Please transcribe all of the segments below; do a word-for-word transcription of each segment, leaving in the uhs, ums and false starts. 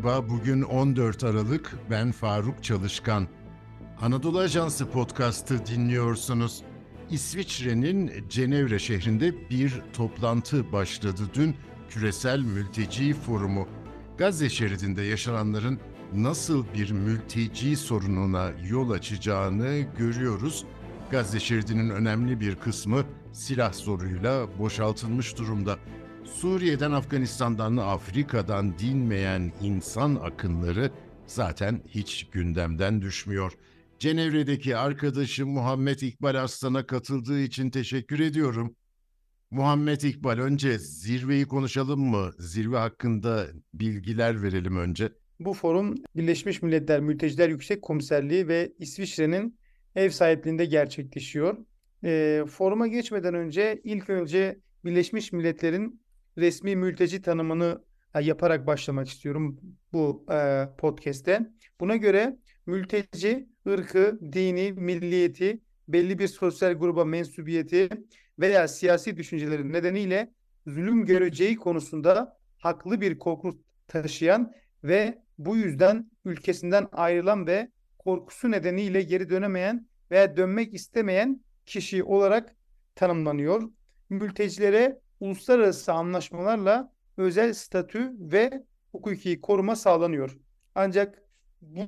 Merhaba, bugün on dört Aralık, ben Faruk Çalışkan. Anadolu Ajansı podcast'ı dinliyorsunuz. İsviçre'nin Cenevre şehrinde bir toplantı başladı dün. Küresel Mülteci Forumu. Gazze şeridinde yaşananların nasıl bir mülteci sorununa yol açacağını görüyoruz. Gazze şeridinin önemli bir kısmı silah zoruyla boşaltılmış durumda. Suriye'den, Afganistan'dan, Afrika'dan dinmeyen insan akınları zaten hiç gündemden düşmüyor. Cenevre'deki arkadaşım Muhammed İkbal Arslan'a katıldığı için teşekkür ediyorum. Muhammed İkbal, önce zirveyi konuşalım mı? Zirve hakkında bilgiler verelim önce. Bu forum Birleşmiş Milletler Mülteciler Yüksek Komiserliği ve İsviçre'nin ev sahipliğinde gerçekleşiyor. E, foruma geçmeden önce ilk önce Birleşmiş Milletler'in resmi mülteci tanımını e, yaparak başlamak istiyorum bu e, podcast'te. Buna göre mülteci, ırkı, dini, milliyeti, belli bir sosyal gruba mensubiyeti veya siyasi düşünceleri nedeniyle zulüm göreceği konusunda haklı bir korku taşıyan ve bu yüzden ülkesinden ayrılan ve korkusu nedeniyle geri dönemeyen veya dönmek istemeyen kişi olarak tanımlanıyor. Mültecilere uluslararası anlaşmalarla özel statü ve hukuki koruma sağlanıyor. Ancak bu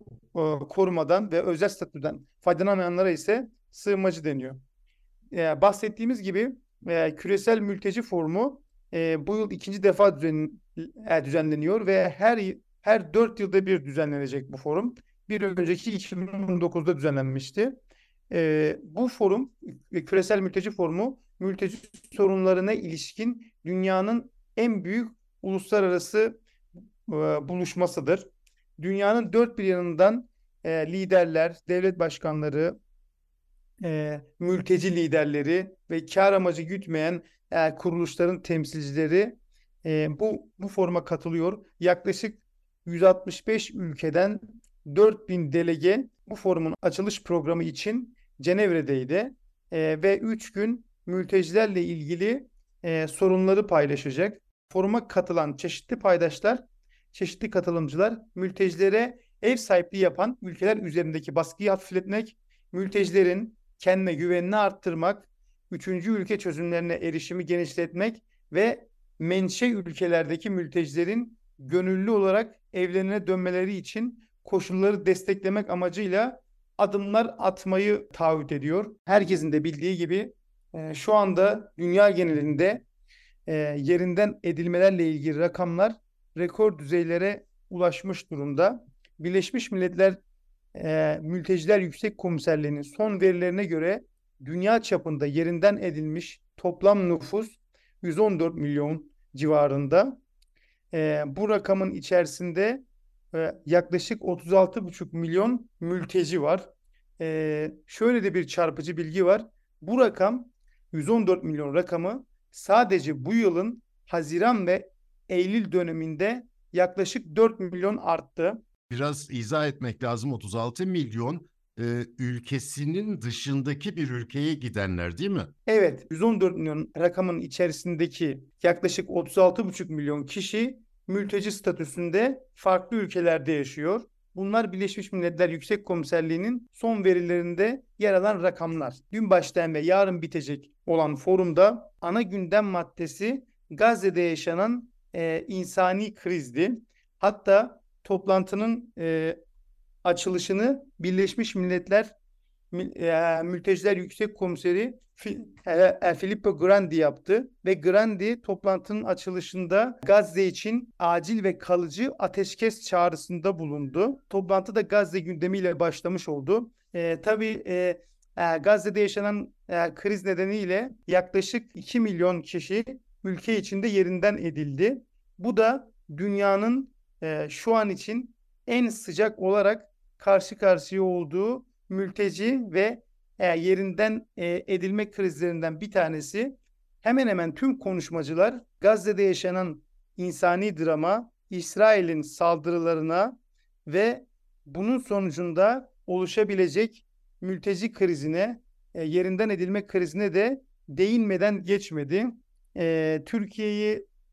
e, korumadan ve özel statüden faydalanamayanlara ise sığınmacı deniyor. E, bahsettiğimiz gibi e, Küresel Mülteci Forumu e, bu yıl ikinci defa düzen, e, düzenleniyor ve her her dört yılda bir düzenlenecek bu forum. Bir önceki iki bin on dokuzda düzenlenmişti. E, bu forum, Küresel Mülteci Forumu, mülteci sorunlarına ilişkin dünyanın en büyük uluslararası e, buluşmasıdır. Dünyanın dört bir yanından e, liderler, devlet başkanları, e, mülteci liderleri ve kar amacı gütmeyen e, kuruluşların temsilcileri e, bu bu foruma katılıyor. Yaklaşık yüz altmış beş ülkeden dört bin delege bu forumun açılış programı için Cenevre'deydi e, ve üç gün mültecilerle ilgili e, sorunları paylaşacak. Foruma katılan çeşitli paydaşlar, çeşitli katılımcılar mültecilere ev sahipliği yapan ülkeler üzerindeki baskıyı hafifletmek, mültecilerin kendine güvenini arttırmak, üçüncü ülke çözümlerine erişimi genişletmek ve menşe ülkelerdeki mültecilerin gönüllü olarak evlerine dönmeleri için koşulları desteklemek amacıyla adımlar atmayı taahhüt ediyor. Herkesin de bildiği gibi e, şu anda dünya genelinde e, yerinden edilmelerle ilgili rakamlar rekor düzeylere ulaşmış durumda. Birleşmiş Milletler e, Mülteciler Yüksek Komiserliği'nin son verilerine göre dünya çapında yerinden edilmiş toplam nüfus yüz on dört milyon civarında. E, bu rakamın içerisinde e, yaklaşık otuz altı buçuk milyon mülteci var. E, şöyle de bir çarpıcı bilgi var. Bu rakam, yüz on dört milyon rakamı, sadece bu yılın Haziran ve Eylül döneminde yaklaşık dört milyon arttı. Biraz izah etmek lazım. otuz altı milyon e, ülkesinin dışındaki bir ülkeye gidenler, değil mi? Evet, yüz on dört milyon rakamın içerisindeki yaklaşık otuz altı buçuk milyon kişi mülteci statüsünde farklı ülkelerde yaşıyor. Bunlar Birleşmiş Milletler Yüksek Komiserliği'nin son verilerinde yer alan rakamlar. Dün başlayan ve yarın bitecek olan forumda ana gündem maddesi Gazze'de yaşanan e, insani krizdi. Hatta toplantının e, açılışını Birleşmiş Milletler Mülteciler Yüksek Komiseri Filippo Grandi yaptı ve Grandi toplantının açılışında Gazze için acil ve kalıcı ateşkes çağrısında bulundu. Toplantı da Gazze gündemiyle başlamış oldu. E, tabii e, e, Gazze'de yaşanan e, kriz nedeniyle yaklaşık iki milyon kişi ülke içinde yerinden edildi. Bu da dünyanın e, şu an için en sıcak olarak karşı karşıya olduğu mülteci ve e, yerinden e, edilme krizlerinden bir tanesi. Hemen hemen tüm konuşmacılar Gazze'de yaşanan insani drama, İsrail'in saldırılarına ve bunun sonucunda oluşabilecek mülteci krizine, e, yerinden edilme krizine de değinmeden geçmedi. E, Türkiye'yi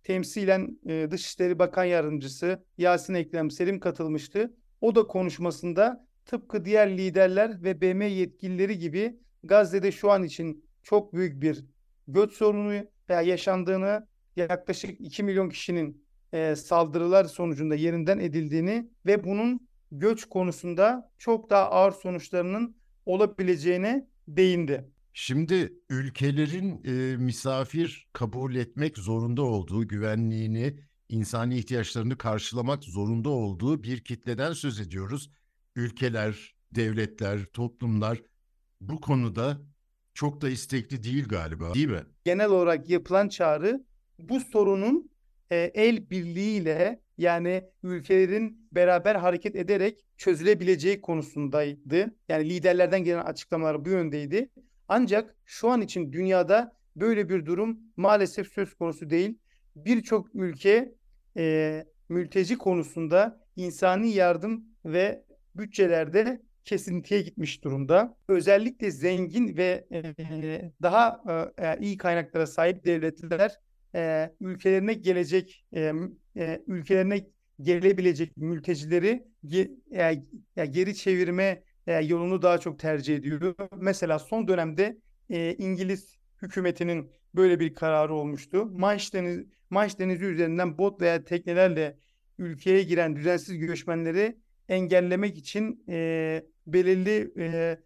temsilen e, Dışişleri Bakan Yardımcısı Yasin Ekrem Selim katılmıştı. O da konuşmasında tıpkı diğer liderler ve B M yetkilileri gibi Gazze'de şu an için çok büyük bir göç sorunu veya yaşandığını, yaklaşık iki milyon kişinin e, saldırılar sonucunda yerinden edildiğini ve bunun göç konusunda çok daha ağır sonuçlarının olabileceğine değindi. Şimdi ülkelerin e, misafir kabul etmek zorunda olduğu, güvenliğini, insani ihtiyaçlarını karşılamak zorunda olduğu bir kitleden söz ediyoruz. Ülkeler, devletler, toplumlar bu konuda çok da istekli değil galiba, değil mi? Genel olarak yapılan çağrı bu sorunun e, el birliğiyle, yani ülkelerin beraber hareket ederek çözülebileceği konusundaydı. Yani liderlerden gelen açıklamalar bu yöndeydi. Ancak şu an için dünyada böyle bir durum maalesef söz konusu değil. Birçok ülke e, mülteci konusunda insani yardım ve bütçelerde kesintiye gitmiş durumda. Özellikle zengin ve e, daha e, iyi kaynaklara sahip devletler e, ülkelerine gelecek e, e, ülkelerine gelebilecek mültecileri ge, e, geri çevirme e, yolunu daha çok tercih ediyor. Mesela son dönemde e, İngiliz hükümetinin böyle bir kararı olmuştu. Manş Denizi, Manş Denizi üzerinden bot veya teknelerle ülkeye giren düzensiz göçmenleri engellemek için e, belirli e,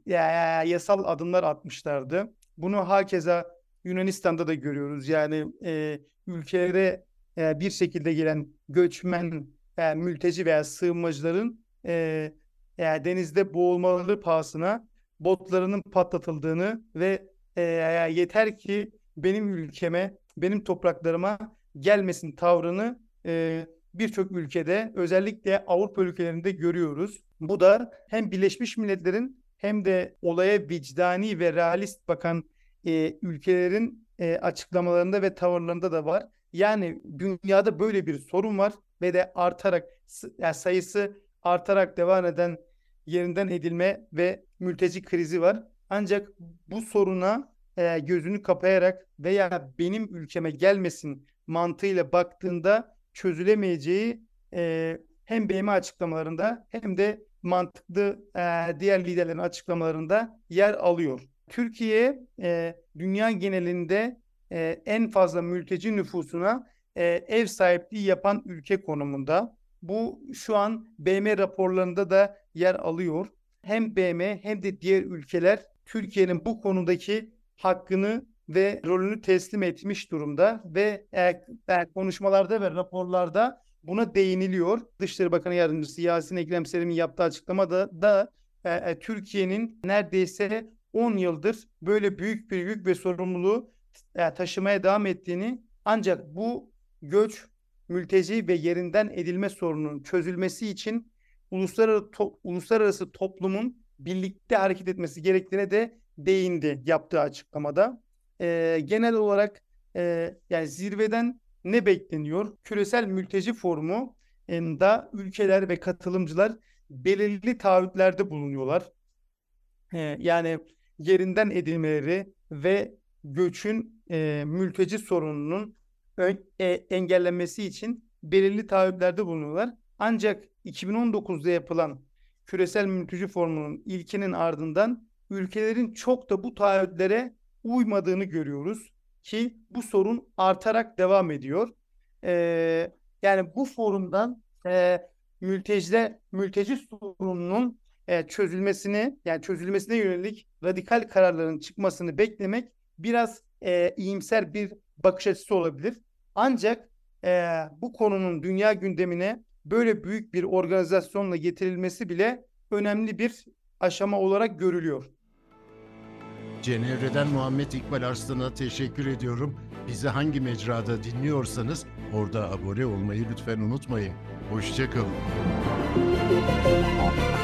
yasal adımlar atmışlardı. Bunu hakeza Yunanistan'da da görüyoruz. Yani e, ülkelere e, bir şekilde gelen göçmen, e, mülteci veya sığınmacıların e, e, denizde boğulmaları pahasına botlarının patlatıldığını ve e, yeter ki benim ülkeme, benim topraklarıma gelmesin tavrını e, birçok ülkede, özellikle Avrupa ülkelerinde görüyoruz. Bu da hem Birleşmiş Milletler'in hem de olaya vicdani ve realist bakan e, ülkelerin e, açıklamalarında ve tavırlarında da var. Yani dünyada böyle bir sorun var ve de artarak, yani sayısı artarak devam eden yerinden edilme ve mülteci krizi var. Ancak bu soruna e, gözünü kapayarak veya benim ülkeme gelmesin mantığıyla baktığında çözülemeyeceği e, hem B M açıklamalarında hem de mantıklı e, diğer liderlerin açıklamalarında yer alıyor. Türkiye e, dünya genelinde e, en fazla mülteci nüfusuna e, ev sahipliği yapan ülke konumunda. Bu şu an B M raporlarında da yer alıyor. Hem B M hem de diğer ülkeler Türkiye'nin bu konudaki hakkını ve rolünü teslim etmiş durumda ve e, e, konuşmalarda ve raporlarda buna değiniliyor. Dışişleri Bakanı Yardımcısı Yasin Ekrem Selim'in yaptığı açıklamada da e, e, Türkiye'nin neredeyse on yıldır böyle büyük bir yük ve sorumluluğu e, taşımaya devam ettiğini, ancak bu göç, mülteci ve yerinden edilme sorununun çözülmesi için uluslararası, to, uluslararası toplumun birlikte hareket etmesi gerektiğine de değindi yaptığı açıklamada. E, genel olarak e, yani zirveden ne bekleniyor? Küresel Mülteci Forumu e, da ülkeler ve katılımcılar belirli taahhütlerde bulunuyorlar. E, yani yerinden edilmeleri ve göçün, e, mülteci sorununun e, engellenmesi için belirli taahhütlerde bulunuyorlar. Ancak iki bin on dokuzda yapılan Küresel Mülteci Forumu'nun ilkinin ardından ülkelerin çok da bu taahhütlere uymadığını görüyoruz ki bu sorun artarak devam ediyor. Ee, yani bu forumdan e, mülteciler, mülteci sorununun e, çözülmesini, yani çözülmesine yönelik radikal kararların çıkmasını beklemek biraz e, iyimser bir bakış açısı olabilir. Ancak e, bu konunun dünya gündemine böyle büyük bir organizasyonla getirilmesi bile önemli bir aşama olarak görülüyor. Cenevre'den Muhammed İkbal Arslan'a teşekkür ediyorum. Bizi hangi mecrada dinliyorsanız orada abone olmayı lütfen unutmayın. Hoşça kalın.